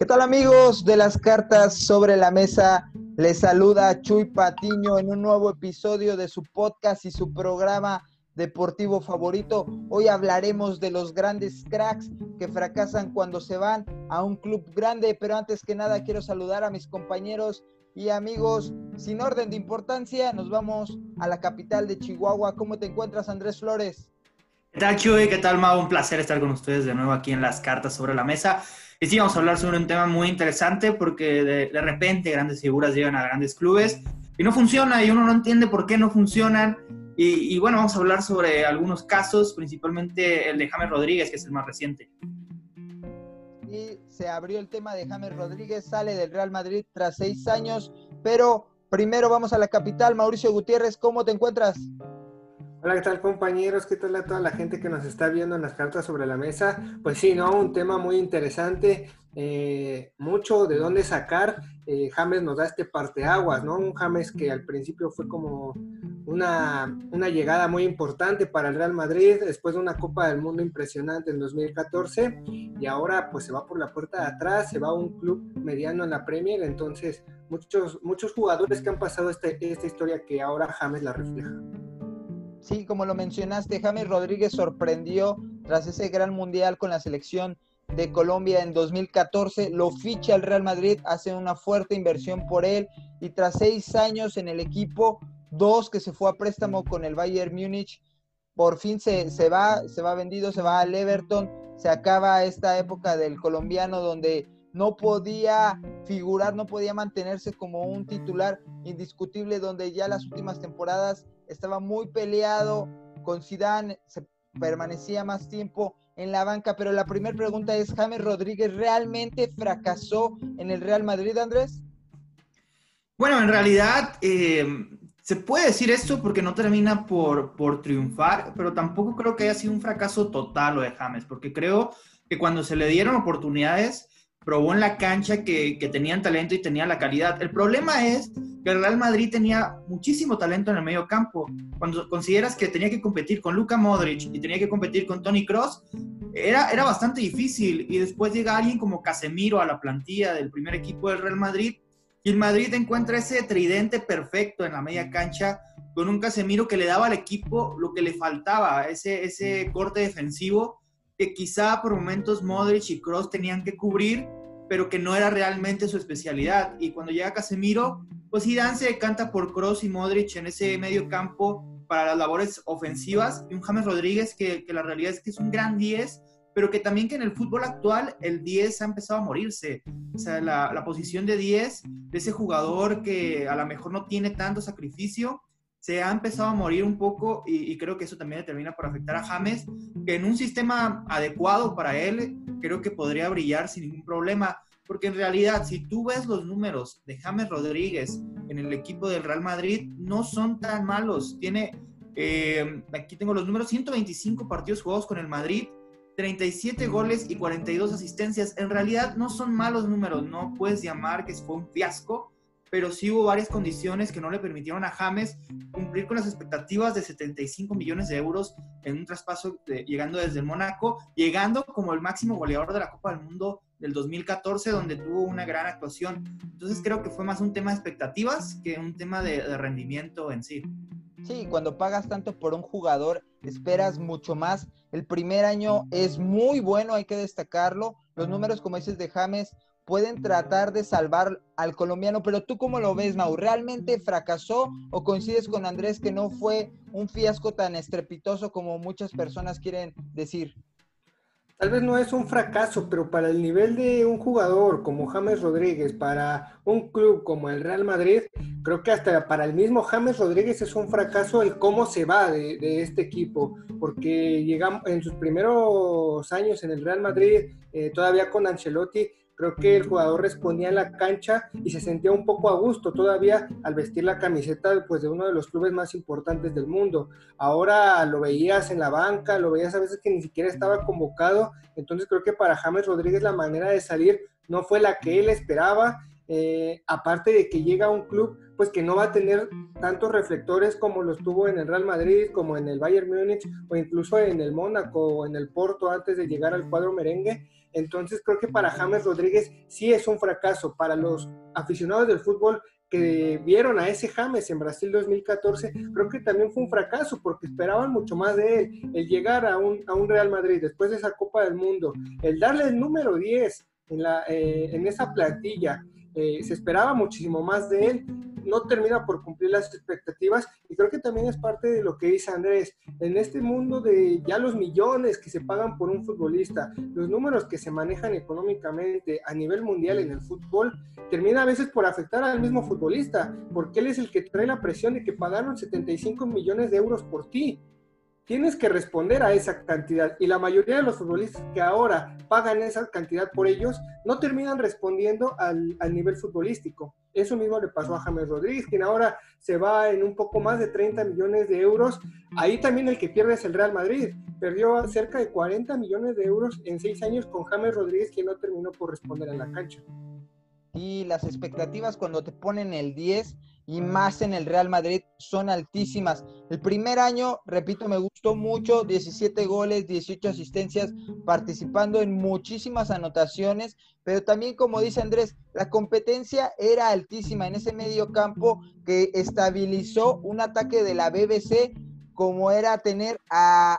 ¿Qué tal, amigos de las cartas sobre la mesa? Les saluda Chuy Patiño en un nuevo episodio de su podcast y su programa deportivo favorito. Hoy hablaremos de los grandes cracks que fracasan cuando se van a un club grande, pero antes que nada quiero saludar a mis compañeros y amigos. Sin orden de importancia, nos vamos a la capital de Chihuahua. ¿Cómo te encuentras, Andrés Flores? ¿Qué tal, Chuy? ¿Qué tal, Mau? Un placer estar con ustedes de nuevo aquí en las cartas sobre la mesa. Y sí, vamos a hablar sobre un tema muy interesante porque de repente grandes figuras llegan a grandes clubes y no funciona y uno no entiende por qué no funcionan. Y bueno, vamos a hablar sobre algunos casos, principalmente el de James Rodríguez, que es el más reciente. Y se abrió el tema de James Rodríguez, sale del Real Madrid tras 6 años, pero primero vamos a la capital. Mauricio Gutiérrez, ¿cómo te encuentras? Hola, ¿qué tal, compañeros? ¿Qué tal a toda la gente que nos está viendo en las cartas sobre la mesa? Pues sí, ¿no? Un tema muy interesante, mucho de dónde sacar. James nos da este parteaguas, ¿no? Un James que al principio fue como una llegada muy importante para el Real Madrid, después de una Copa del Mundo impresionante en 2014, y ahora pues se va por la puerta de atrás, se va a un club mediano en la Premier. Entonces muchos jugadores que han pasado esta historia que ahora James la refleja. Sí, como lo mencionaste, James Rodríguez sorprendió tras ese gran mundial con la selección de Colombia en 2014, lo ficha el Real Madrid, hace una fuerte inversión por él y tras 6 años en el equipo, 2 que se fue a préstamo con el Bayern Múnich, por fin se va vendido, se va al Everton, se acaba esta época del colombiano donde no podía figurar, no podía mantenerse como un titular indiscutible, donde ya las últimas temporadas estaba muy peleado con Zidane, se permanecía más tiempo en la banca. Pero la primera pregunta es, ¿James Rodríguez realmente fracasó en el Real Madrid, Andrés? Bueno, en realidad se puede decir esto porque no termina por triunfar, pero tampoco creo que haya sido un fracaso total lo de James, porque creo que cuando se le dieron oportunidades, probó en la cancha que tenían talento y tenía la calidad. El problema es que el Real Madrid tenía muchísimo talento en el medio campo. Cuando consideras que tenía que competir con Luka Modric y tenía que competir con Toni Kroos, era bastante difícil. Y después llega alguien como Casemiro a la plantilla del primer equipo del Real Madrid, y el Madrid encuentra ese tridente perfecto en la media cancha con un Casemiro que le daba al equipo lo que le faltaba, ese corte defensivo que quizá por momentos Modric y Kroos tenían que cubrir, pero que no era realmente su especialidad. Y cuando llega Casemiro, pues Zidane se decanta por Kroos y Modric en ese medio campo para las labores ofensivas, y un James Rodríguez que la realidad es que es un gran 10, pero que también que en el fútbol actual el 10 ha empezado a morirse. O sea, la posición de 10, de ese jugador que a lo mejor no tiene tanto sacrificio, se ha empezado a morir un poco, y creo que eso también termina por afectar a James, que en un sistema adecuado para él, creo que podría brillar sin ningún problema, porque en realidad, si tú ves los números de James Rodríguez en el equipo del Real Madrid, no son tan malos. Tiene, aquí tengo los números, 125 partidos jugados con el Madrid, 37 goles y 42 asistencias. En realidad no son malos números, no puedes llamar que fue un fiasco, pero sí hubo varias condiciones que no le permitieron a James cumplir con las expectativas de 75 millones de euros en un traspaso llegando desde el Mónaco, llegando como el máximo goleador de la Copa del Mundo del 2014, donde tuvo una gran actuación. Entonces creo que fue más un tema de expectativas que un tema de rendimiento en sí. Sí, cuando pagas tanto por un jugador, esperas mucho más. El primer año es muy bueno, hay que destacarlo. Los números, como dices, de James pueden tratar de salvar al colombiano, pero ¿tú cómo lo ves, Mau? ¿Realmente fracasó o coincides con Andrés que no fue un fiasco tan estrepitoso como muchas personas quieren decir? Tal vez no es un fracaso, pero para el nivel de un jugador como James Rodríguez, para un club como el Real Madrid, creo que hasta para el mismo James Rodríguez es un fracaso el cómo se va de este equipo, porque llegamos en sus primeros años en el Real Madrid, todavía con Ancelotti, creo que el jugador respondía en la cancha y se sentía un poco a gusto todavía al vestir la camiseta pues, de uno de los clubes más importantes del mundo. Ahora lo veías en la banca, lo veías a veces que ni siquiera estaba convocado. Entonces creo que para James Rodríguez la manera de salir no fue la que él esperaba, aparte de que llega a un club pues que no va a tener tantos reflectores como los tuvo en el Real Madrid, como en el Bayern Múnich o incluso en el Mónaco o en el Porto antes de llegar al cuadro merengue. Entonces creo que para James Rodríguez sí es un fracaso. Para los aficionados del fútbol que vieron a ese James en Brasil 2014, creo que también fue un fracaso porque esperaban mucho más de él, el llegar a un Real Madrid después de esa Copa del Mundo, el darle el número 10 en esa plantilla, se esperaba muchísimo más de él, no termina por cumplir las expectativas y creo que también es parte de lo que dice Andrés, en este mundo de ya los millones que se pagan por un futbolista, los números que se manejan económicamente a nivel mundial en el fútbol, termina a veces por afectar al mismo futbolista, porque él es el que trae la presión de que pagaron 75 millones de euros por ti. Tienes que responder a esa cantidad y la mayoría de los futbolistas que ahora pagan esa cantidad por ellos no terminan respondiendo al nivel futbolístico. Eso mismo le pasó a James Rodríguez, quien ahora se va en un poco más de 30 millones de euros. Ahí también el que pierde es el Real Madrid. Perdió cerca de 40 millones de euros en 6 años con James Rodríguez, quien no terminó por responder en la cancha. Y las expectativas cuando te ponen el 10 y más en el Real Madrid son altísimas. El primer año, repito, me gustó mucho, 17 goles, 18 asistencias, participando en muchísimas anotaciones, pero también, como dice Andrés, la competencia era altísima en ese medio campo que estabilizó un ataque de la BBC, como era tener a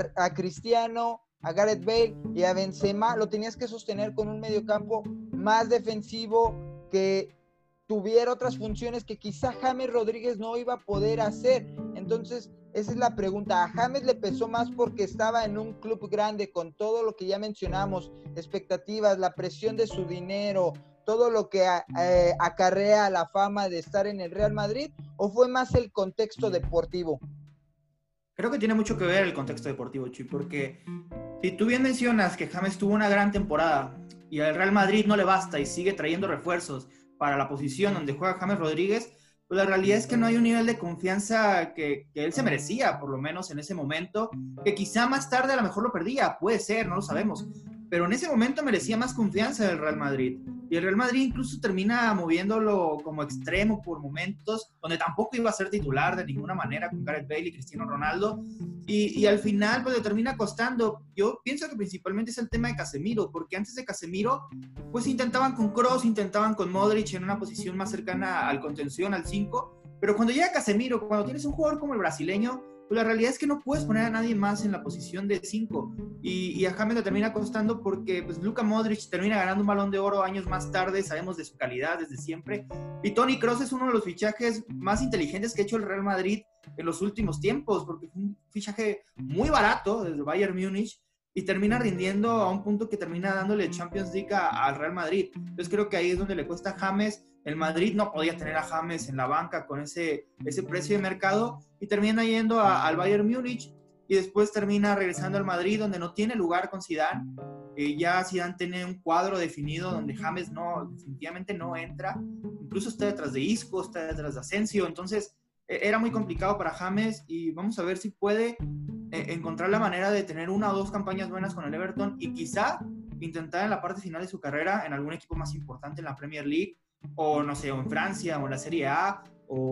Cristiano, a Gareth Bale y a Benzema. Lo tenías que sostener con un mediocampo más defensivo, que tuviera otras funciones que quizá James Rodríguez no iba a poder hacer. Entonces, esa es la pregunta. A James le pesó más porque estaba en un club grande, con todo lo que ya mencionamos, expectativas, la presión de su dinero, todo lo que acarrea la fama de estar en el Real Madrid, ¿o fue más el contexto deportivo? Creo que tiene mucho que ver el contexto deportivo, Chuy, porque si tú bien mencionas que James tuvo una gran temporada y al Real Madrid no le basta y sigue trayendo refuerzos para la posición donde juega James Rodríguez, pues la realidad es que no hay un nivel de confianza que él se merecía, por lo menos en ese momento, que quizá más tarde a lo mejor lo perdía, puede ser, no lo sabemos, pero en ese momento merecía más confianza del Real Madrid. Y el Real Madrid incluso termina moviéndolo como extremo por momentos, donde tampoco iba a ser titular de ninguna manera con Gareth Bale y Cristiano Ronaldo. Y al final pues le termina costando. Yo pienso que principalmente es el tema de Casemiro, porque antes de Casemiro pues intentaban con Kroos, intentaban con Modric en una posición más cercana al contención, al 5, pero cuando llega Casemiro, cuando tienes un jugador como el brasileño, pues la realidad es que no puedes poner a nadie más en la posición de 5 y a James le termina costando porque pues Luka Modric termina ganando un Balón de Oro años más tarde, sabemos de su calidad desde siempre, y Toni Kroos es uno de los fichajes más inteligentes que ha hecho el Real Madrid en los últimos tiempos, porque fue un fichaje muy barato desde Bayern Múnich y termina rindiendo a un punto que termina dándole Champions League al Real Madrid. Entonces creo que ahí es donde le cuesta a James. El Madrid no podía tener a James en la banca con ese precio de mercado y termina yendo al Bayern Múnich y después termina regresando al Madrid, donde no tiene lugar con Zidane. Ya Zidane tiene un cuadro definido donde James definitivamente no entra, incluso está detrás de Isco, está detrás de Asensio, entonces era muy complicado para James y vamos a ver si puede encontrar la manera de tener una o dos campañas buenas con el Everton y quizá intentar en la parte final de su carrera en algún equipo más importante en la Premier League o no sé, o en Francia o en la Serie A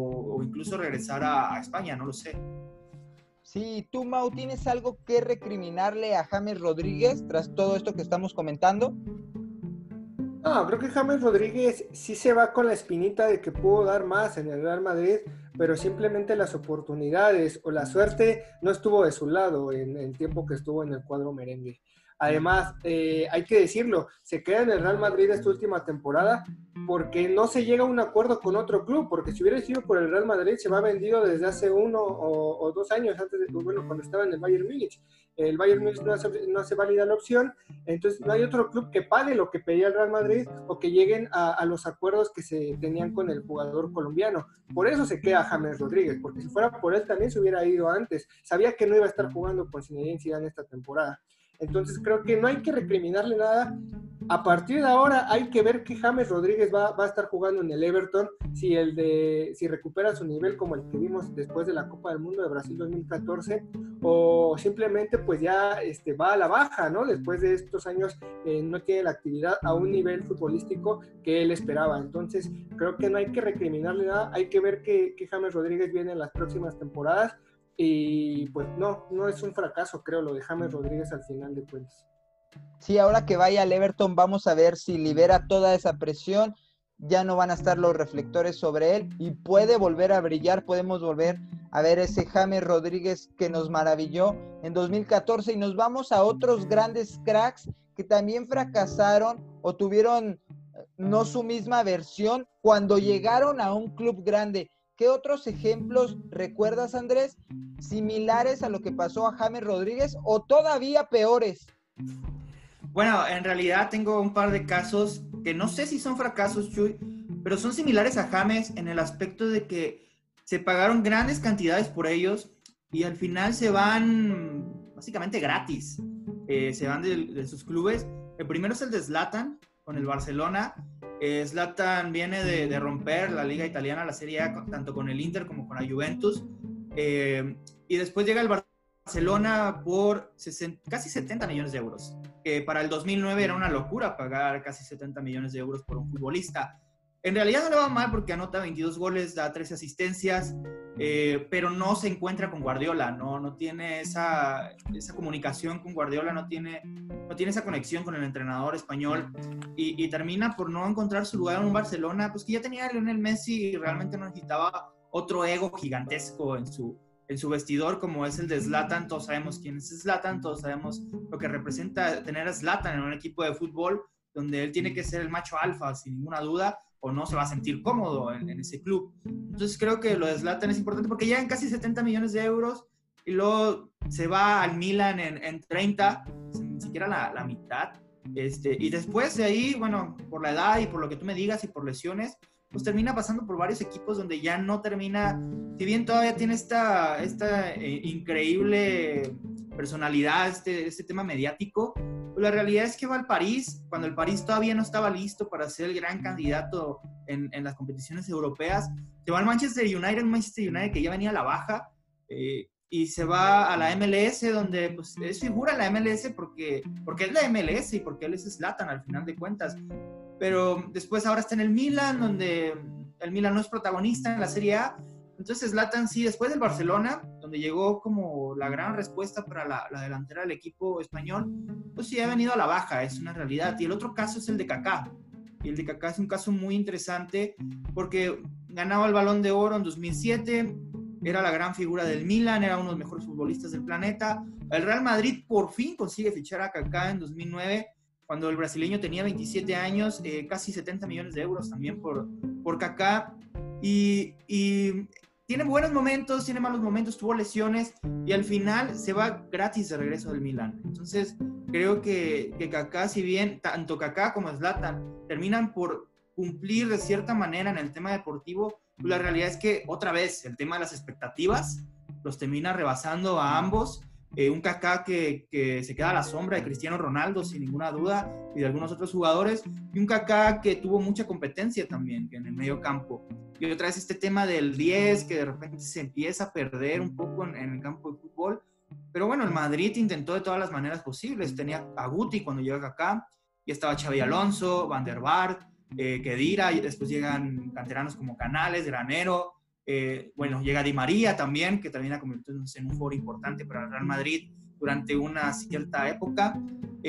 o incluso regresar a España, no lo sé. Sí, tú, Mau, ¿tienes algo que recriminarle a James Rodríguez tras todo esto que estamos comentando? No, creo que James Rodríguez sí se va con la espinita de que pudo dar más en el Real Madrid, pero simplemente las oportunidades o la suerte no estuvo de su lado en el tiempo que estuvo en el cuadro merengue. Además, hay que decirlo, se queda en el Real Madrid esta última temporada porque no se llega a un acuerdo con otro club, porque si hubiera sido por el Real Madrid se va vendido desde hace 1 o 2 años antes de, bueno, cuando estaba en el Bayern Múnich. El Bayern Múnich no hace válida la opción, entonces no hay otro club que pague lo que pedía el Real Madrid o que lleguen a los acuerdos que se tenían con el jugador colombiano. Por eso se queda James Rodríguez, porque si fuera por él también se hubiera ido antes. Sabía que no iba a estar jugando con Zinedine Zidane esta temporada. Entonces creo que no hay que recriminarle nada. A partir de ahora hay que ver que James Rodríguez va a estar jugando en el Everton, si recupera su nivel como el que vimos después de la Copa del Mundo de Brasil 2014, o simplemente pues ya va a la baja, ¿no? Después de estos años no tiene la actividad a un nivel futbolístico que él esperaba. Entonces creo que no hay que recriminarle nada, hay que ver que James Rodríguez viene en las próximas temporadas, y pues no es un fracaso, creo, lo de James Rodríguez al final de cuentas. Sí, ahora que vaya al Everton, vamos a ver si libera toda esa presión, ya no van a estar los reflectores sobre él y puede volver a brillar, podemos volver a ver ese James Rodríguez que nos maravilló en 2014, y nos vamos a otros grandes cracks que también fracasaron o tuvieron no su misma versión cuando llegaron a un club grande. ¿Qué otros ejemplos recuerdas, Andrés, similares a lo que pasó a James Rodríguez o todavía peores? Bueno, en realidad tengo un par de casos que no sé si son fracasos, Chuy, pero son similares a James en el aspecto de que se pagaron grandes cantidades por ellos y al final se van básicamente gratis. Se van de sus clubes. El primero es el de Zlatan con el Barcelona. Zlatan viene de romper la liga italiana, la Serie A, tanto con el Inter como con la Juventus. Y después llega el Barcelona por casi 70 millones de euros. Para el 2009 era una locura pagar casi 70 millones de euros por un futbolista. En realidad no le va mal porque anota 22 goles, da 13 asistencias, pero no se encuentra con Guardiola, no tiene esa comunicación con Guardiola, no tiene esa conexión con el entrenador español y termina por no encontrar su lugar en un Barcelona, pues que ya tenía a Lionel Messi y realmente no necesitaba otro ego gigantesco en su vestidor como es el de Zlatan. Todos sabemos quién es Zlatan, todos sabemos lo que representa tener a Zlatan en un equipo de fútbol donde él tiene que ser el macho alfa sin ninguna duda o no se va a sentir cómodo en ese club. Entonces creo que lo de Zlatan es importante porque llegan casi 70 millones de euros y luego se va al Milan en 30, ni siquiera la mitad. Y después de ahí, bueno, por la edad y por lo que tú me digas y por lesiones, pues termina pasando por varios equipos donde ya no termina, si bien todavía tiene esta increíble personalidad, este tema mediático, pues la realidad es que va al París, cuando el París todavía no estaba listo para ser el gran candidato en las competiciones europeas, se va al Manchester United que ya venía a la baja, y se va a la MLS, donde pues, es figura en la MLS porque es la MLS y porque él es Zlatan al final de cuentas. Pero después ahora está en el Milan, donde el Milan no es protagonista en la Serie A. Entonces Zlatan sí, después del Barcelona, donde llegó como la gran respuesta para la delantera del equipo español, pues sí ha venido a la baja, es una realidad. Y el otro caso es el de Kaká. Y el de Kaká es un caso muy interesante porque ganaba el Balón de Oro en 2007, era la gran figura del Milan, era uno de los mejores futbolistas del planeta. El Real Madrid por fin consigue fichar a Kaká en 2009, cuando el brasileño tenía 27 años, casi 70 millones de euros también por Kaká. Y tiene buenos momentos, tiene malos momentos, tuvo lesiones y al final se va gratis de regreso del Milan. Entonces creo que Kaká, si bien tanto Kaká como Zlatan terminan por cumplir de cierta manera en el tema deportivo, pues la realidad es que otra vez el tema de las expectativas los termina rebasando a ambos. Un Kaká que se queda a la sombra de Cristiano Ronaldo sin ninguna duda y de algunos otros jugadores, y un Kaká que tuvo mucha competencia también en el medio campo. Y otra vez este tema del 10 que de repente se empieza a perder un poco en el campo de fútbol, pero bueno, el Madrid intentó de todas las maneras posibles. Tenía a Guti cuando llega Kaká, y estaba Xabi Alonso, Van der Vaart, Khedira, y después llegan canteranos como Canales, Granero. Bueno, llega Di María también, que termina convirtiéndose en un jugador importante para el Real Madrid durante una cierta época.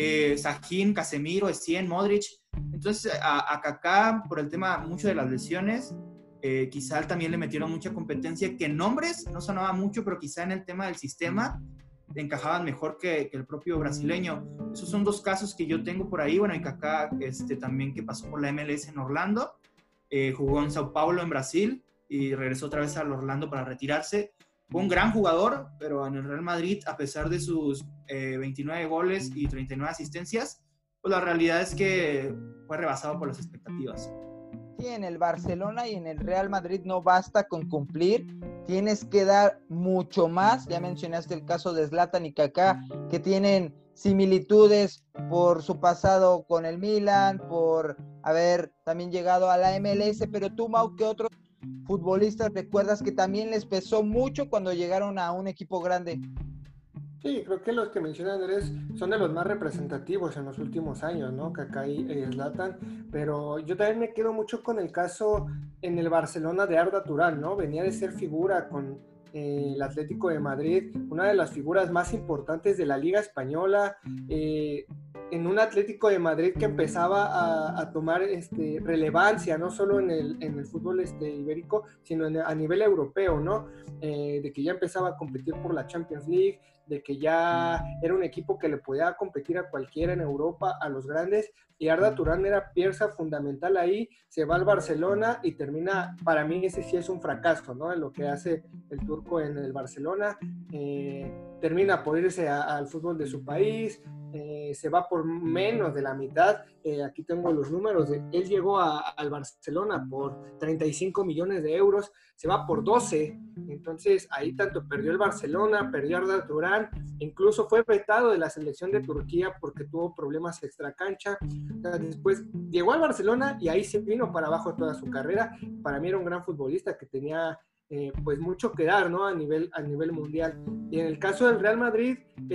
Sahin, Casemiro, Essien, Modric. Entonces a Kaká, por el tema mucho de las lesiones, quizá también le metieron mucha competencia, que en nombres no sonaba mucho, pero quizá en el tema del sistema encajaban mejor que el propio brasileño. Esos son dos casos que yo tengo por ahí. Bueno, y Kaká también, que pasó por la MLS en Orlando, jugó en Sao Paulo en Brasil y regresó otra vez al Orlando para retirarse. Fue un gran jugador, pero en el Real Madrid, a pesar de sus 29 goles y 39 asistencias, pues la realidad es que fue rebasado por las expectativas. Sí, en el Barcelona y en el Real Madrid no basta con cumplir, tienes que dar mucho más. Ya mencionaste el caso de Zlatan y Kaká, que tienen similitudes por su pasado con el Milan, por haber también llegado a la MLS, pero tú, Mau, ¿qué otros futbolistas recuerdas que también les pesó mucho cuando llegaron a un equipo grande? Sí, creo que los que menciona Andrés son de los más representativos en los últimos años, ¿no? Kaká y Zlatan, pero yo también me quedo mucho con el caso en el Barcelona de Arda Turán, ¿no? Venía de ser figura con el Atlético de Madrid, una de las figuras más importantes de la Liga Española, en un Atlético de Madrid que empezaba a tomar relevancia, no solo en el fútbol ibérico, sino a nivel europeo, ¿no? De que ya empezaba a competir por la Champions League, de que ya era un equipo que le podía competir a cualquiera en Europa, a los grandes, y Arda Turán era pieza fundamental ahí, se va al Barcelona y termina, para mí ese sí es un fracaso, ¿no? En lo que hace el turco en el Barcelona, termina por irse al fútbol de su país, se va por menos de la mitad, aquí tengo los números, él llegó al Barcelona por 35 millones de euros, se va por 12, entonces ahí tanto perdió el Barcelona, perdió Arda Turán, incluso fue vetado de la selección de Turquía porque tuvo problemas extracancha, después llegó al Barcelona y ahí se vino para abajo toda su carrera. Para mí era un gran futbolista que tenía pues mucho que dar, ¿no? a nivel mundial. Y en el caso del Real Madrid,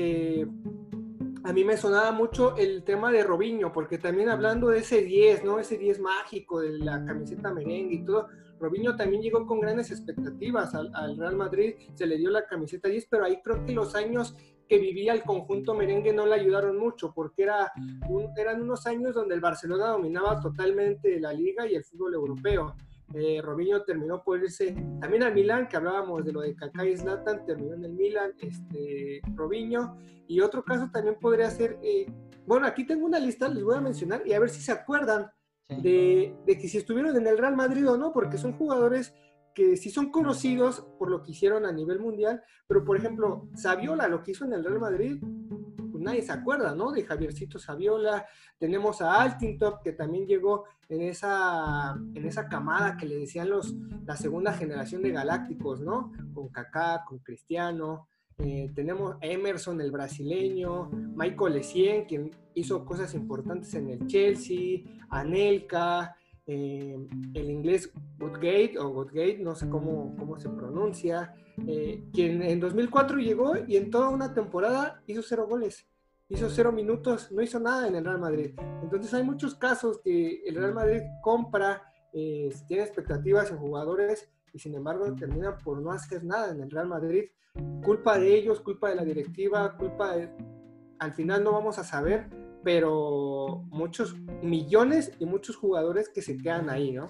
a mí me sonaba mucho el tema de Robinho, porque también hablando de ese 10, ¿no? Ese 10 mágico de la camiseta merengue y todo, Robinho también llegó con grandes expectativas al Real Madrid, se le dio la camiseta 10, pero ahí creo que los años que vivía el conjunto merengue no le ayudaron mucho, porque eran unos años donde el Barcelona dominaba totalmente la liga y el fútbol europeo. Robinho terminó por irse también al Milan, que hablábamos de lo de Kaká y Zlatan, terminó en el Milan, Robinho, y otro caso también podría ser, bueno, aquí tengo una lista, les voy a mencionar, y a ver si se acuerdan de que si estuvieron en el Real Madrid o no, porque son jugadores que sí son conocidos por lo que hicieron a nivel mundial, pero por ejemplo, Saviola, lo que hizo en el Real Madrid, pues nadie se acuerda, ¿no? De Javiercito Saviola. Tenemos a Altintop, que también llegó en esa camada que le decían la segunda generación de galácticos, ¿no? Con Kaká, con Cristiano. Tenemos a Emerson, el brasileño, Michael Essien, quien hizo cosas importantes en el Chelsea, Anelka, el inglés Woodgate, no sé cómo se pronuncia, quien en 2004 llegó y en toda una temporada hizo 0 goles, hizo 0 minutos, no hizo nada en el Real Madrid. Entonces hay muchos casos que el Real Madrid compra, tiene expectativas en jugadores y sin embargo terminan por no hacer nada en el Real Madrid. Culpa de ellos, culpa de la directiva, al final no vamos a saber, pero muchos millones y muchos jugadores que se quedan ahí, ¿no?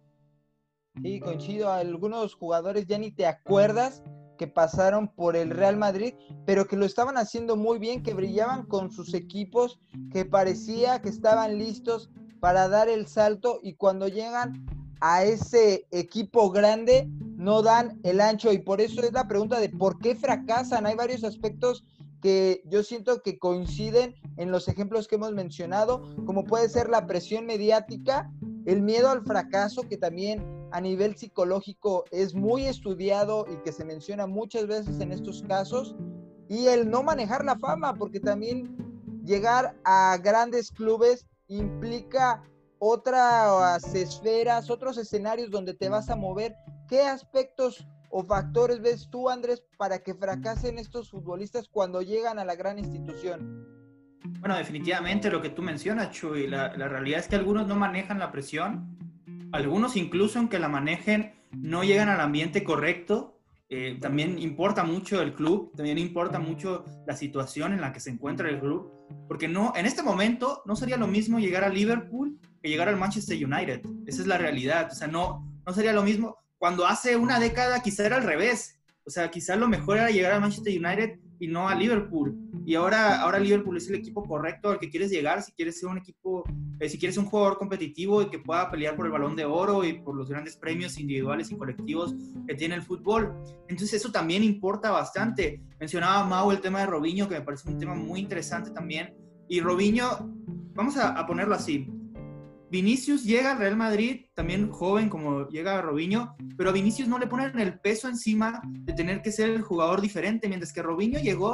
Sí, coincido, algunos jugadores ya ni te acuerdas que pasaron por el Real Madrid, pero que lo estaban haciendo muy bien, que brillaban con sus equipos, que parecía que estaban listos para dar el salto, y cuando llegan a ese equipo grande no dan el ancho, y por eso es la pregunta de por qué fracasan. Hay varios aspectos que yo siento que coinciden en los ejemplos que hemos mencionado, como puede ser la presión mediática, el miedo al fracaso, que también a nivel psicológico es muy estudiado y que se menciona muchas veces en estos casos, y el no manejar la fama, porque también llegar a grandes clubes implica otras esferas, otros escenarios donde te vas a mover. ¿Qué aspectos o factores ves tú, Andrés, para que fracasen estos futbolistas cuando llegan a la gran institución? Bueno, definitivamente lo que tú mencionas, Chuy, la realidad es que algunos no manejan la presión, algunos incluso aunque la manejen no llegan al ambiente correcto. También importa mucho el club, también importa mucho la situación en la que se encuentra el club, porque no, en este momento no sería lo mismo llegar a Liverpool que llegar al Manchester United. Esa es la realidad. O sea, no sería lo mismo. Cuando hace una década quizá era al revés. O sea, quizá lo mejor era llegar al Manchester United y no a Liverpool. Y ahora Liverpool es el equipo correcto al que quieres llegar si quieres ser un equipo, si quieres un jugador competitivo y que pueda pelear por el Balón de Oro y por los grandes premios individuales y colectivos que tiene el fútbol. Entonces eso también importa bastante. Mencionaba Mau el tema de Robinho, que me parece un tema muy interesante también. Y Robinho, vamos a ponerlo así. Vinicius llega al Real Madrid, también joven como llega Robinho, pero a Vinicius no le ponen el peso encima de tener que ser el jugador diferente, mientras que Robinho llegó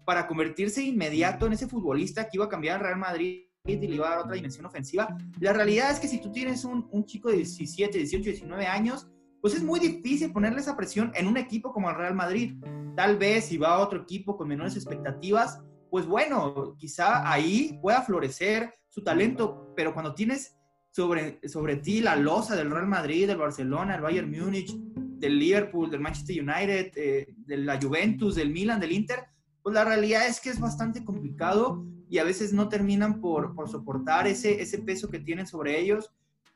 para convertirse inmediato en ese futbolista que iba a cambiar al Real Madrid y le iba a dar otra dimensión ofensiva. La realidad es que si tú tienes un chico de 17, 18, 19 años, pues es muy difícil ponerle esa presión en un equipo como el Real Madrid. Tal vez si va a otro equipo con menores expectativas, pues bueno, quizá ahí pueda florecer su talento, pero cuando tienes sobre ti la losa del Real Madrid, del Barcelona, del Bayern Múnich, del Liverpool, del Manchester United, de la Juventus, del Milan, del Inter, pues la realidad es que es bastante complicado y a veces no terminan por soportar ese peso que tienen sobre ellos.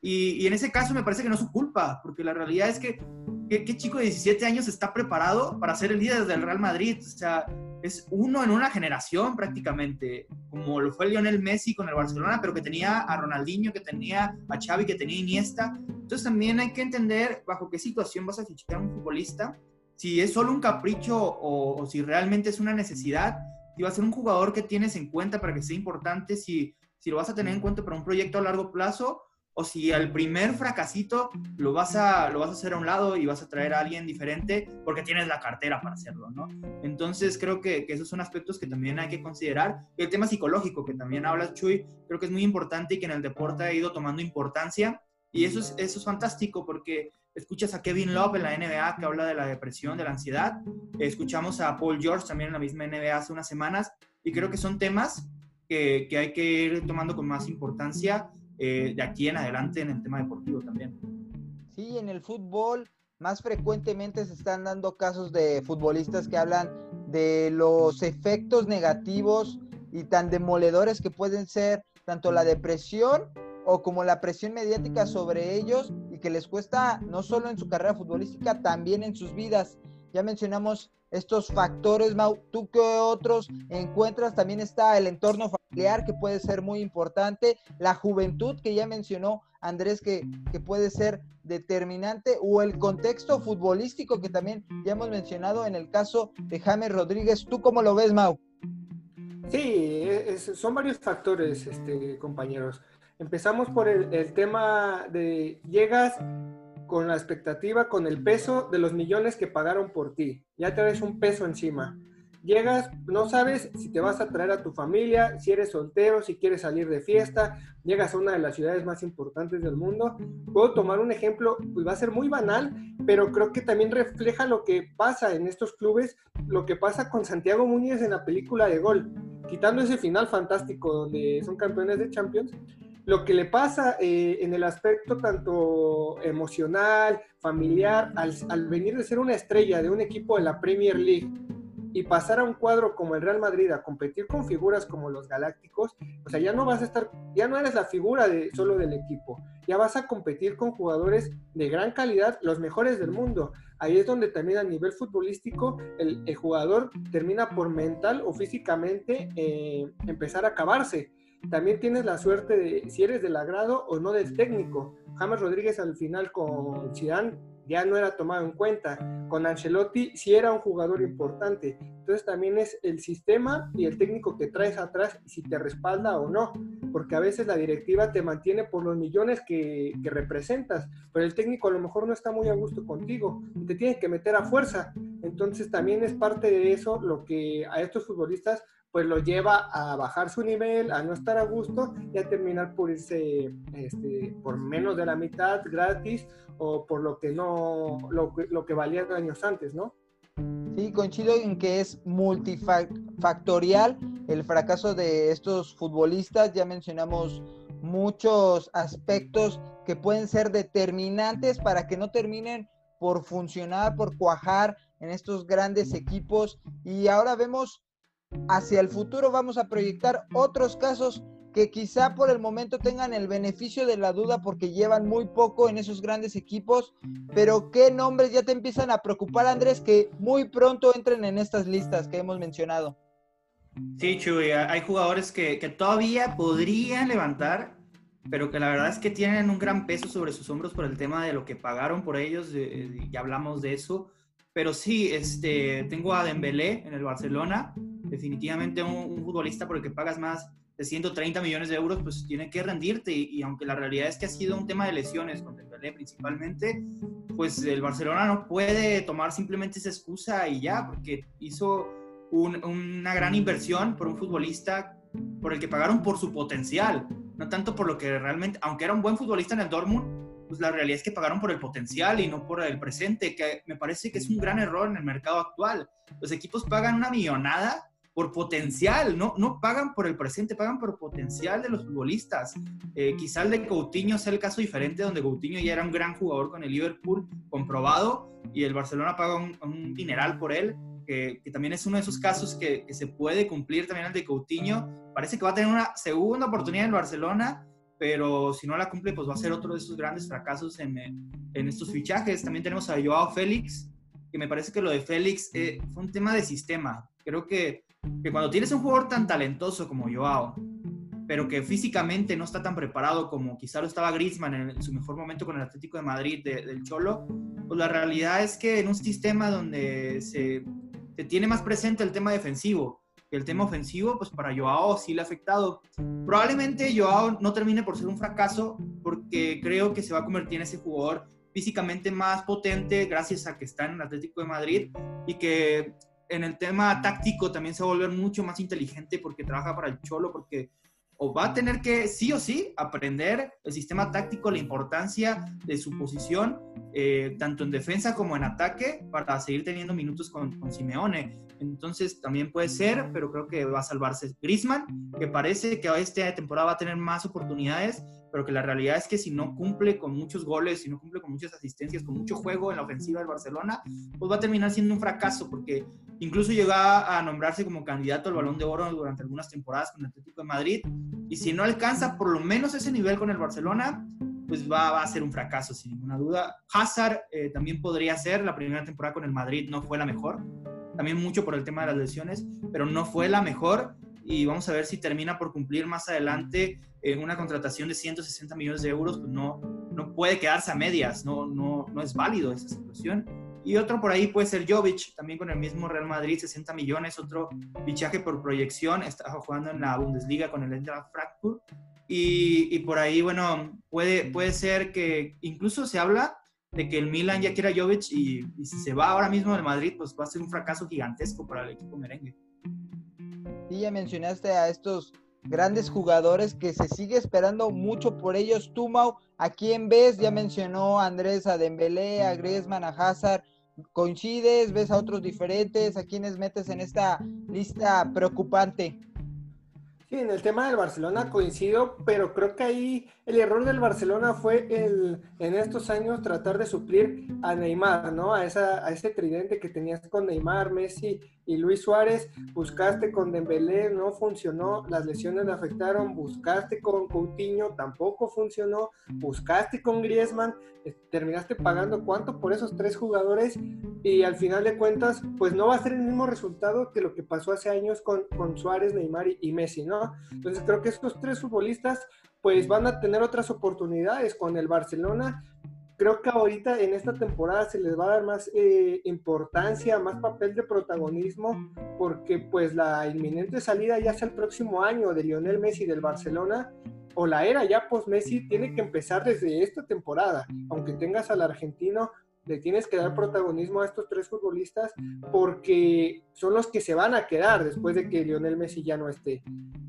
Y en ese caso me parece que no es su culpa, porque la realidad es que ¿qué chico de 17 años está preparado para ser el líder del Real Madrid? O sea, es uno en una generación prácticamente, como lo fue Lionel Messi con el Barcelona, pero que tenía a Ronaldinho, que tenía a Xavi, que tenía a Iniesta. Entonces también hay que entender bajo qué situación vas a fichar a un futbolista, si es solo un capricho o si realmente es una necesidad, si va a ser un jugador que tienes en cuenta para que sea importante, si lo vas a tener en cuenta para un proyecto a largo plazo, o si al primer fracasito lo vas a hacer a un lado y vas a traer a alguien diferente porque tienes la cartera para hacerlo, ¿no? Entonces creo que esos son aspectos que también hay que considerar. El tema psicológico que también hablas, Chuy, creo que es muy importante y que en el deporte ha ido tomando importancia, y eso es fantástico porque escuchas a Kevin Love en la NBA que habla de la depresión, de la ansiedad, escuchamos a Paul George también en la misma NBA hace unas semanas, y creo que son temas que hay que ir tomando con más importancia de aquí en adelante en el tema deportivo también. Sí, en el fútbol más frecuentemente se están dando casos de futbolistas que hablan de los efectos negativos y tan demoledores que pueden ser tanto la depresión o como la presión mediática sobre ellos, y que les cuesta no solo en su carrera futbolística, también en sus vidas. Ya mencionamos estos factores, Mau. ¿Tú qué otros encuentras? También está el entorno familiar, que puede ser muy importante, la juventud, que ya mencionó Andrés, que puede ser determinante, o el contexto futbolístico, que también ya hemos mencionado en el caso de James Rodríguez. ¿Tú cómo lo ves, Mau? Sí, son varios factores, compañeros. Empezamos por el tema de llegas con la expectativa, con el peso de los millones que pagaron por ti. Ya traes un peso encima. Llegas, no sabes si te vas a traer a tu familia, si eres soltero, si quieres salir de fiesta. Llegas a una de las ciudades más importantes del mundo. Puedo tomar un ejemplo, pues va a ser muy banal, pero creo que también refleja lo que pasa en estos clubes, lo que pasa con Santiago Muñoz en la película de Gol. Quitando ese final fantástico donde son campeones de Champions, lo que le pasa en el aspecto tanto emocional, familiar, al venir de ser una estrella de un equipo de la Premier League y pasar a un cuadro como el Real Madrid a competir con figuras como los Galácticos, o sea, ya no vas a estar, ya no eres la figura solo del equipo, ya vas a competir con jugadores de gran calidad, los mejores del mundo. Ahí es donde también a nivel futbolístico el jugador termina por mental o físicamente empezar a acabarse. También tienes la suerte de si eres del agrado o no del técnico. James Rodríguez al final con Zidane ya no era tomado en cuenta. Con Ancelotti sí era un jugador importante. Entonces también es el sistema y el técnico que traes atrás y si te respalda o no. Porque a veces la directiva te mantiene por los millones que representas, pero el técnico a lo mejor no está muy a gusto contigo y te tiene que meter a fuerza. Entonces también es parte de eso lo que a estos futbolistas pues lo lleva a bajar su nivel, a no estar a gusto y a terminar por irse por menos de la mitad gratis o por lo que no lo que valía años antes, ¿no? Sí, coincido en que es multifactorial el fracaso de estos futbolistas. Ya mencionamos muchos aspectos que pueden ser determinantes para que no terminen por funcionar, por cuajar en estos grandes equipos. Y ahora vemos hacia el futuro, vamos a proyectar otros casos que quizá por el momento tengan el beneficio de la duda porque llevan muy poco en esos grandes equipos, pero ¿qué nombres ya te empiezan a preocupar, Andrés, que muy pronto entren en estas listas que hemos mencionado? Sí, Chuy, hay jugadores que todavía podrían levantar, pero que la verdad es que tienen un gran peso sobre sus hombros por el tema de lo que pagaron por ellos, ya hablamos de eso, pero sí, tengo a Dembélé en el Barcelona, definitivamente un futbolista por el que pagas más de 130 millones de euros, pues tiene que rendirte, y aunque la realidad es que ha sido un tema de lesiones con Dembélé principalmente, pues el Barcelona no puede tomar simplemente esa excusa y ya, porque hizo una gran inversión por un futbolista por el que pagaron por su potencial, no tanto por lo que realmente, aunque era un buen futbolista en el Dortmund, pues la realidad es que pagaron por el potencial y no por el presente, que me parece que es un gran error en el mercado actual. Los equipos pagan una millonada por potencial, no pagan por el presente, pagan por potencial de los futbolistas. Quizá el de Coutinho sea el caso diferente, donde Coutinho ya era un gran jugador con el Liverpool, comprobado, y el Barcelona paga un dineral por él, que también es uno de esos casos que se puede cumplir también el de Coutinho. Parece que va a tener una segunda oportunidad en el Barcelona, pero si no la cumple, pues va a ser otro de esos grandes fracasos en estos fichajes. También tenemos a Joao Félix, que me parece que lo de Félix fue un tema de sistema. Creo que cuando tienes un jugador tan talentoso como Joao, pero que físicamente no está tan preparado como quizá lo estaba Griezmann en su mejor momento con el Atlético de Madrid del Cholo, pues la realidad es que en un sistema donde se tiene más presente el tema defensivo que el tema ofensivo, pues para Joao sí le ha afectado. Probablemente Joao no termine por ser un fracaso, porque creo que se va a convertir en ese jugador físicamente más potente gracias a que está en el Atlético de Madrid, y que en el tema táctico también se va a volver mucho más inteligente porque trabaja para el Cholo, porque o va a tener que sí o sí aprender el sistema táctico, la importancia de su posición, tanto en defensa como en ataque, para seguir teniendo minutos con Simeone. Entonces también puede ser, pero creo que va a salvarse Griezmann, que parece que esta temporada va a tener más oportunidades, pero que la realidad es que si no cumple con muchos goles, si no cumple con muchas asistencias, con mucho juego en la ofensiva del Barcelona, pues va a terminar siendo un fracaso, porque incluso llegó a nombrarse como candidato al Balón de Oro durante algunas temporadas con el Atlético de Madrid, y si no alcanza por lo menos ese nivel con el Barcelona, pues va a ser un fracaso sin ninguna duda. Hazard también podría ser, la primera temporada con el Madrid no fue la mejor, también mucho por el tema de las lesiones, pero no fue la mejor, y vamos a ver si termina por cumplir más adelante en una contratación de 160 millones de euros, pues no puede quedarse a medias, no es válido esa situación. Y otro por ahí puede ser Jovic, también con el mismo Real Madrid, 60 millones, otro fichaje por proyección, está jugando en la Bundesliga con el Eintracht Frankfurt, y por ahí, bueno, puede ser que incluso se habla de que el Milan ya quiera Jovic, y si se va ahora mismo del Madrid, pues va a ser un fracaso gigantesco para el equipo merengue. Sí, ya mencionaste a estos grandes jugadores que se sigue esperando mucho por ellos. Tú, Mau, ¿a quién ves? Ya mencionó Andrés a Dembélé, a Griezmann, a Hazard. ¿Coincides? ¿Ves a otros diferentes? ¿A quiénes metes en esta lista preocupante? Sí, en el tema del Barcelona coincido, pero creo que ahí el error del Barcelona fue en estos años tratar de suplir a Neymar, ¿no? A ese tridente que tenías con Neymar, Messi y Luis Suárez. Buscaste con Dembélé, no funcionó, las lesiones le afectaron. Buscaste con Coutinho, tampoco funcionó. Buscaste con Griezmann, terminaste pagando ¿cuánto por esos tres jugadores? Y al final de cuentas, pues no va a ser el mismo resultado que lo que pasó hace años con Suárez, Neymar y Messi, ¿no? Entonces creo que estos tres futbolistas pues van a tener otras oportunidades con el Barcelona. Creo que ahorita en esta temporada se les va a dar más importancia, más papel de protagonismo, porque pues la inminente salida ya sea el próximo año de Lionel Messi del Barcelona, o la era ya post-Messi, tiene que empezar desde esta temporada. Aunque tengas al argentino, le tienes que dar protagonismo a estos tres futbolistas, porque son los que se van a quedar después de que Lionel Messi ya no esté.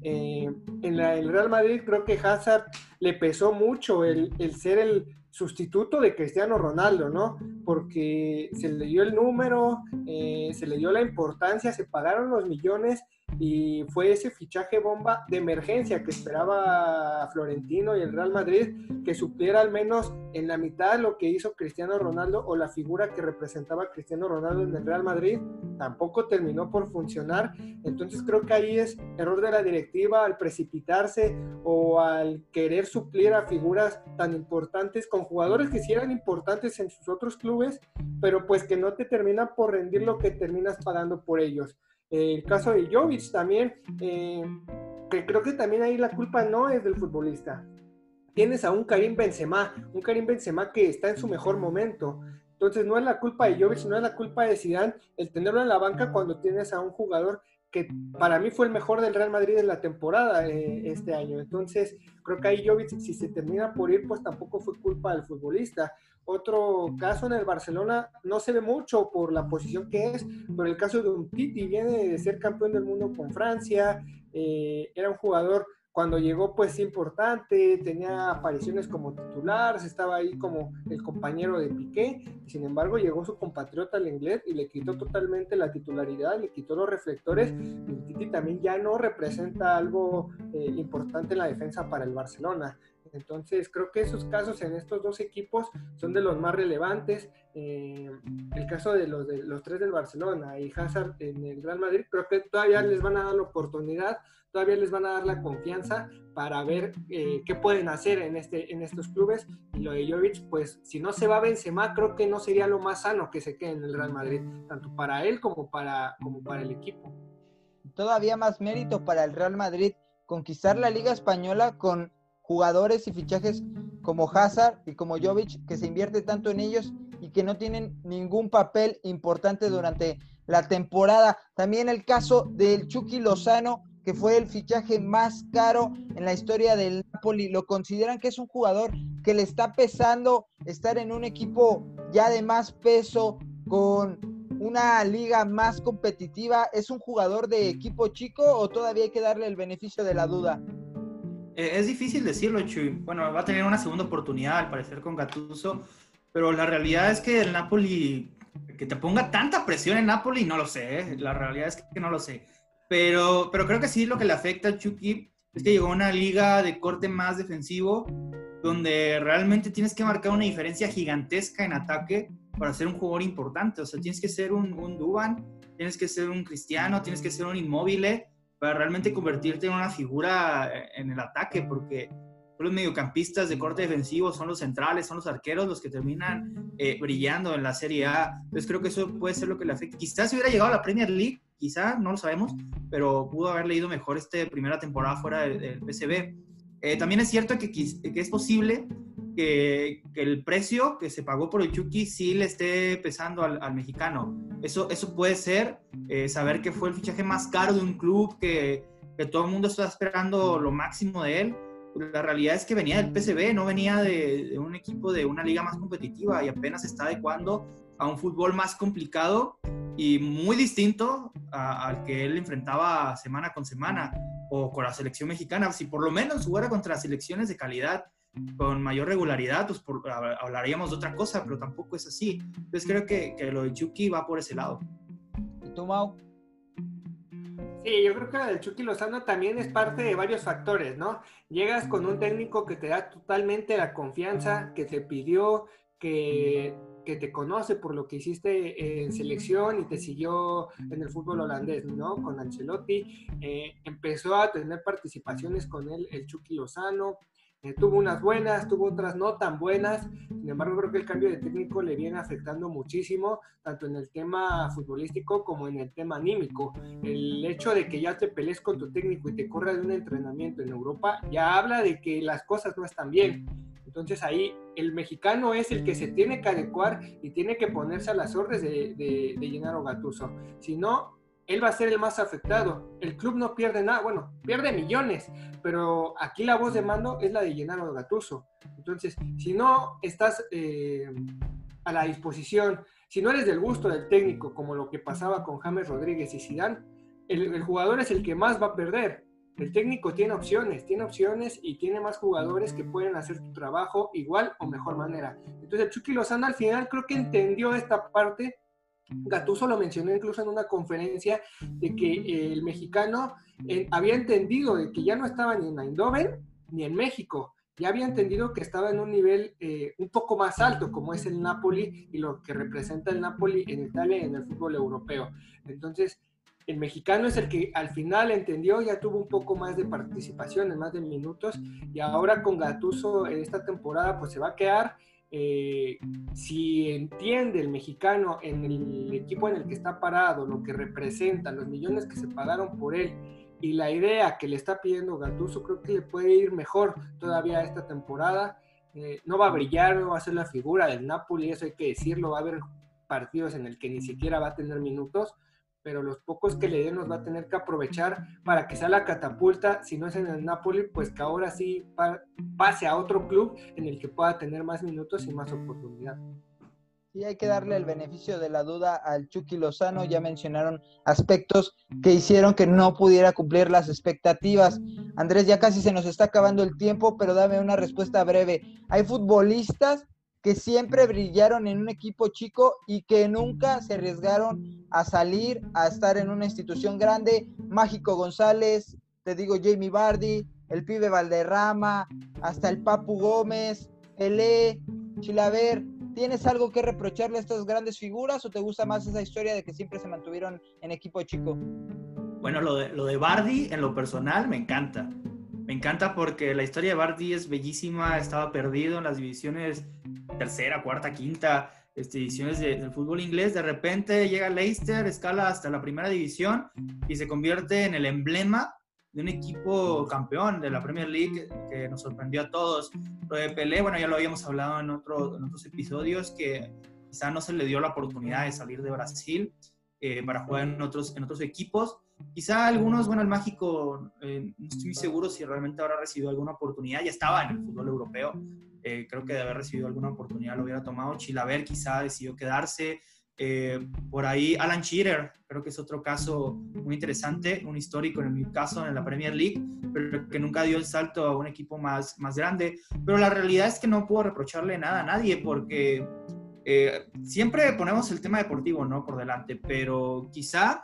El Real Madrid creo que Hazard le pesó mucho el ser el sustituto de Cristiano Ronaldo, ¿no? Porque se le dio el número, se le dio la importancia, se pagaron los millones, y fue ese fichaje bomba de emergencia que esperaba Florentino y el Real Madrid, que supliera al menos en la mitad lo que hizo Cristiano Ronaldo, o la figura que representaba Cristiano Ronaldo en el Real Madrid. Tampoco terminó por funcionar. Entonces creo que ahí es error de la directiva al precipitarse, o al querer suplir a figuras tan importantes con jugadores que sí eran importantes en sus otros clubes, pero pues que no te terminan por rendir lo que terminas pagando por ellos. El caso de Jovic también, que creo que también ahí la culpa no es del futbolista. Tienes a un Karim Benzema que está en su mejor momento. Entonces no es la culpa de Jovic, no es la culpa de Zidane el tenerlo en la banca cuando tienes a un jugador que para mí fue el mejor del Real Madrid en la temporada este año. Entonces creo que ahí Jovic, si se termina por ir, pues tampoco fue culpa del futbolista. Otro caso en el Barcelona, no se ve mucho por la posición que es, pero el caso de Umtiti, viene de ser campeón del mundo con Francia, era un jugador cuando llegó pues importante, tenía apariciones como titular, estaba ahí como el compañero de Piqué, y sin embargo llegó su compatriota al inglés y le quitó totalmente la titularidad, le quitó los reflectores, y Titi también ya no representa algo importante en la defensa para el Barcelona. Entonces creo que esos casos en estos dos equipos son de los más relevantes. El caso de los tres del Barcelona y Hazard en el Real Madrid, creo que todavía les van a dar la oportunidad, todavía les van a dar la confianza para ver qué pueden hacer en estos clubes. Y lo de Jovic, pues si no se va a Benzema, creo que no sería lo más sano que se quede en el Real Madrid, tanto para él como para el equipo. Todavía más mérito para el Real Madrid conquistar la Liga Española con jugadores y fichajes como Hazard y como Jovic, que se invierte tanto en ellos y que no tienen ningún papel importante durante la temporada. También el caso del Chucky Lozano, que fue el fichaje más caro en la historia del Napoli. Lo consideran que es un jugador que le está pesando estar en un equipo ya de más peso, con una liga más competitiva. ¿Es un jugador de equipo chico o todavía hay que darle el beneficio de la duda? Es difícil decirlo, Chuy. Bueno, va a tener una segunda oportunidad al parecer con Gattuso, pero la realidad es que el Napoli, que te ponga tanta presión en Napoli, no lo sé, ¿eh? La realidad es que no lo sé. Pero creo que sí, lo que le afecta al Chucky es que llegó a una liga de corte más defensivo, donde realmente tienes que marcar una diferencia gigantesca en ataque para ser un jugador importante. O sea, tienes que ser un Duban, tienes que ser un Cristiano, tienes que ser un Immobile para realmente convertirte en una figura en el ataque, porque los mediocampistas de corte defensivo son los centrales, son los arqueros los que terminan brillando en la Serie A. Entonces creo que eso puede ser lo que le afecta. Quizás si hubiera llegado a la Premier League, quizá, no lo sabemos, pero pudo haber leído mejor esta primera temporada fuera del PSV. También es cierto que es posible que el precio que se pagó por el Chucky sí le esté pesando al mexicano. Eso puede ser, saber que fue el fichaje más caro de un club, que todo el mundo está esperando lo máximo de él. La realidad es que venía del PSV, no venía de un equipo de una liga más competitiva, y apenas está adecuando a un fútbol más complicado y muy distinto al que él enfrentaba semana con semana, o con la selección mexicana. Si por lo menos jugara contra selecciones de calidad con mayor regularidad, pues hablaríamos de otra cosa, pero tampoco es así. Entonces creo que lo de Chucky va por ese lado. ¿Y tú, Mau? Sí, yo creo que el Chucky Lozano también es parte de varios factores, ¿no? Llegas con un técnico que te da totalmente la confianza, que te pidió, que te conoce por lo que hiciste en selección y te siguió en el fútbol holandés, ¿no? Con Ancelotti, empezó a tener participaciones con él, el Chucky Lozano. Tuvo unas buenas, tuvo otras no tan buenas. Sin embargo, creo que el cambio de técnico le viene afectando muchísimo, tanto en el tema futbolístico como en el tema anímico. El hecho de que ya te pelees con tu técnico y te corra de un entrenamiento en Europa, ya habla de que las cosas no están bien. Entonces ahí el mexicano es el que se tiene que adecuar y tiene que ponerse a las órdenes de Gennaro Gattuso. Si no, él va a ser el más afectado. El club no pierde nada, bueno, pierde millones, pero aquí la voz de mando es la de Gennaro Gattuso. Entonces, si no estás a la disposición, si no eres del gusto del técnico, como lo que pasaba con James Rodríguez y Zidane, el jugador es el que más va a perder. El técnico tiene opciones y tiene más jugadores que pueden hacer tu trabajo igual o mejor manera. Entonces el Chucky Lozano al final creo que entendió esta parte. Gattuso lo mencionó incluso en una conferencia, de que el mexicano había entendido de que ya no estaba ni en Eindhoven ni en México, ya había entendido que estaba en un nivel un poco más alto, como es el Napoli y lo que representa el Napoli en Italia y en el fútbol europeo. Entonces el mexicano es el que al final entendió, ya tuvo un poco más de participación, en más de minutos, y ahora con Gattuso en esta temporada pues se va a quedar. Si entiende el mexicano en el equipo en el que está parado, lo que representa, los millones que se pagaron por él y la idea que le está pidiendo Gattuso, creo que le puede ir mejor todavía esta temporada. No va a brillar, no va a ser la figura del Napoli, eso hay que decirlo. Va a haber partidos en el que ni siquiera va a tener minutos, pero los pocos que le den los va a tener que aprovechar para que sea la catapulta, si no es en el Napoli, pues que ahora sí pase a otro club en el que pueda tener más minutos y más oportunidad. Sí, hay que darle el beneficio de la duda al Chucky Lozano. Ya mencionaron aspectos que hicieron que no pudiera cumplir las expectativas. Andrés, ya casi se nos está acabando el tiempo, pero dame una respuesta breve. ¿Hay futbolistas que siempre brillaron en un equipo chico y que nunca se arriesgaron a salir, a estar en una institución grande? Mágico González, te digo Jamie Vardy, el pibe Valderrama, hasta el Papu Gómez, Pelé, Chilaver. ¿Tienes algo que reprocharle a estas grandes figuras o te gusta más esa historia de que siempre se mantuvieron en equipo chico? Bueno, lo de Vardy, en lo personal, me encanta. Me encanta porque la historia de Vardy es bellísima. Estaba perdido en las divisiones tercera, cuarta, quinta, divisiones del fútbol inglés. De repente llega a Leicester, escala hasta la primera división y se convierte en el emblema de un equipo campeón de la Premier League que nos sorprendió a todos. Lo de Pelé, bueno, ya lo habíamos hablado en otros episodios, que quizá no se le dio la oportunidad de salir de Brasil para jugar en otros equipos. Quizá algunos, bueno, el Mágico, no estoy muy seguro si realmente habrá recibido alguna oportunidad, ya estaba en el fútbol europeo, creo que de haber recibido alguna oportunidad lo hubiera tomado. Chilaver quizá decidió quedarse. Por ahí Alan Shearer, creo que es otro caso muy interesante, un histórico en el caso en la Premier League, pero que nunca dio el salto a un equipo más grande. Pero la realidad es que no puedo reprocharle nada a nadie, porque siempre ponemos el tema deportivo, ¿no?, por delante, pero quizá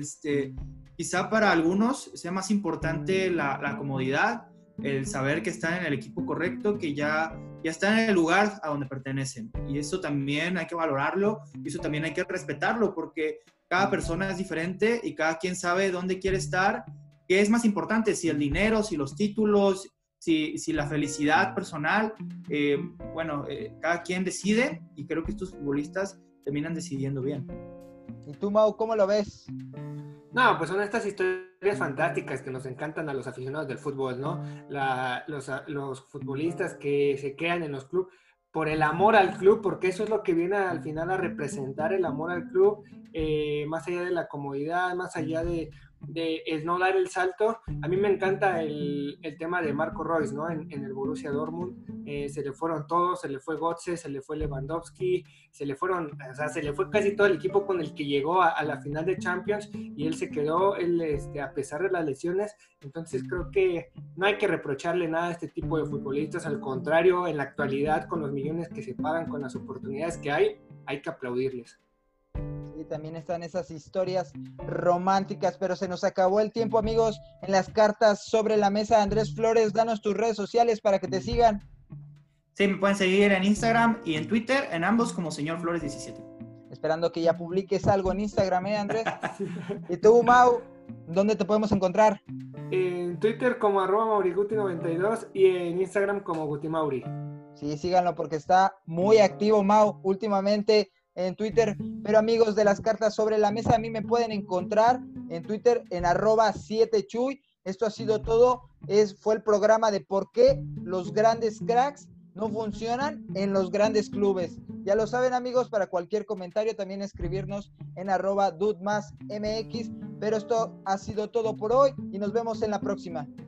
para algunos sea más importante la comodidad, el saber que están en el equipo correcto, que ya están en el lugar a donde pertenecen. Y eso también hay que valorarlo, y eso también hay que respetarlo, porque cada persona es diferente y cada quien sabe dónde quiere estar, qué es más importante, si el dinero, si los títulos, si la felicidad personal. Cada quien decide, y creo que estos futbolistas terminan decidiendo bien. ¿Y tú, Mau, cómo lo ves? No, pues son estas historias fantásticas que nos encantan a los aficionados del fútbol, ¿no? Los futbolistas que se quedan en los clubes por el amor al club, porque eso es lo que viene al final a representar, el amor al club, más allá de la comodidad, más allá de el no dar el salto. A mí me encanta el tema de Marco Reus, ¿no? En el Borussia Dortmund se le fueron todos, se le fue Götze, se le fue Lewandowski, se le fue casi todo el equipo con el que llegó a la final de Champions, y él se quedó, a pesar de las lesiones. Entonces creo que no hay que reprocharle nada a este tipo de futbolistas, al contrario, en la actualidad, con los millones que se pagan, con las oportunidades que hay que aplaudirles. Y también están esas historias románticas, pero se nos acabó el tiempo, amigos. En las cartas sobre la mesa, Andrés Flores, danos tus redes sociales para que te sigan. Sí, me pueden seguir en Instagram y en Twitter, en ambos como Señor Flores 17. Esperando que ya publiques algo en Instagram, Andrés. Y tú, Mau, ¿dónde te podemos encontrar? En Twitter como @mauriguti92 y en Instagram como gutimauri. Sí, síganlo porque está muy activo, Mau, últimamente en Twitter. Pero amigos de las cartas sobre la mesa, a mí me pueden encontrar en Twitter en @7chuy. Esto ha sido todo. Fue el programa de por qué los grandes cracks no funcionan en los grandes clubes. Ya lo saben, amigos, para cualquier comentario también escribirnos en @dudmasmx. Pero esto ha sido todo por hoy y nos vemos en la próxima.